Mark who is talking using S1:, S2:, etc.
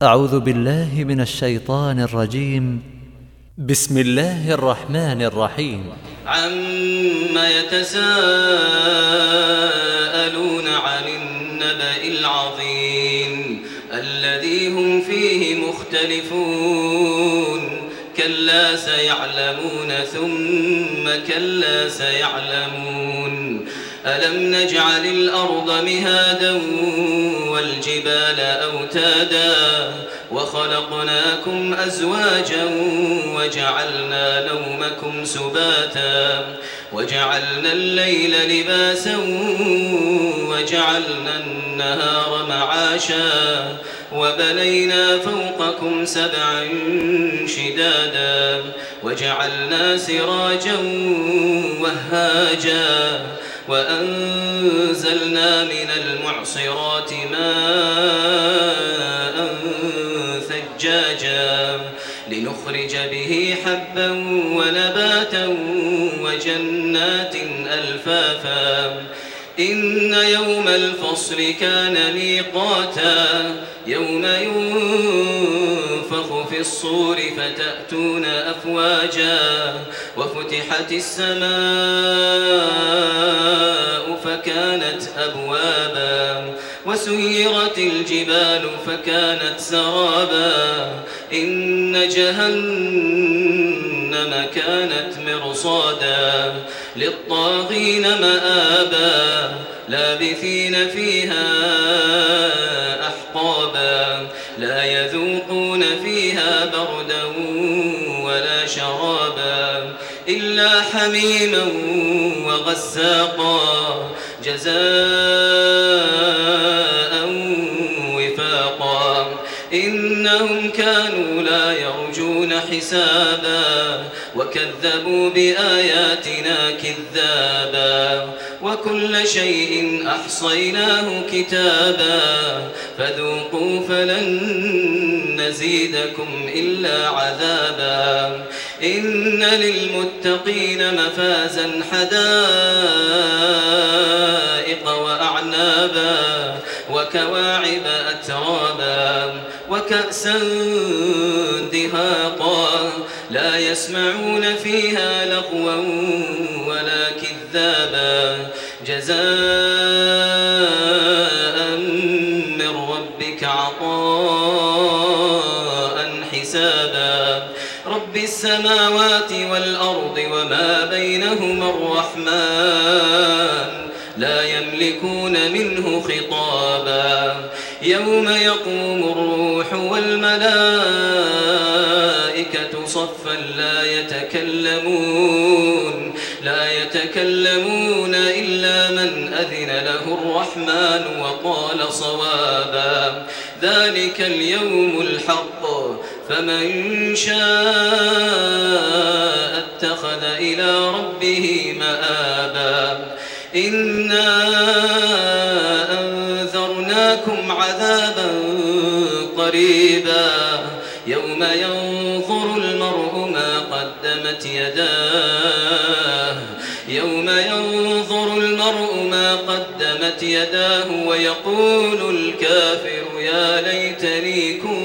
S1: أعوذ بالله من الشيطان الرجيم. بسم الله الرحمن الرحيم.
S2: عما يتساءلون عن النبأ العظيم الذي هم فيه مختلفون كلا سيعلمون ثم كلا سيعلمون ألم نجعل الأرض مهادا والجبال أوتادا وخلقناكم أزواجا وجعلنا نومكم سباتا وجعلنا الليل لباسا وجعلنا النهار معاشا وبنينا فوقكم سبعا شدادا وجعلنا سراجا وهاجا وأنزلنا من المعصرات ماء ثجاجا لنخرج به حبا ونباتا وجنات ألفافا إن يوم الفصل كان ميقاتا يوم ينفخ في الصور فتأتون أفواجا وفتحت السماء فكانت أبوابا وسيرت الجبال فكانت سرابا إن جهنم كانت مرصادا للطاغين مآبا لابثين فيها أحقابا لا يذوقون فيها بردا ولا شرابا إلا حميما وغساقا جزاء وفاقا إنهم كانوا لا يرجون حسابا وكذبوا بآياتنا كذابا وكل شيء أحصيناه كتابا فذوقوا فلن نزيدكم إلا عذابا إن للمتقين مفازا حدائق وأعنابا وكواعب أترابا وكأسا دهاقا لا يسمعون فيها لغوا ولا كذابا جزاء من ربك عطاء حسابا رب السماوات والأرض وما بينهما الرحمن لا يملكون منه خطابا يوم يقوم الروح والملائكة صفا لا يتكلمون إلا من أذن له الرحمن وقال صوابا ذلك اليوم الحق فمن شاء اتخذ إلى ربه مآبا إنا أنذرناكم عذابا قريبا يوم ينظر المرء ما قدمت يداه ويقول الكافر يا ليتني كنت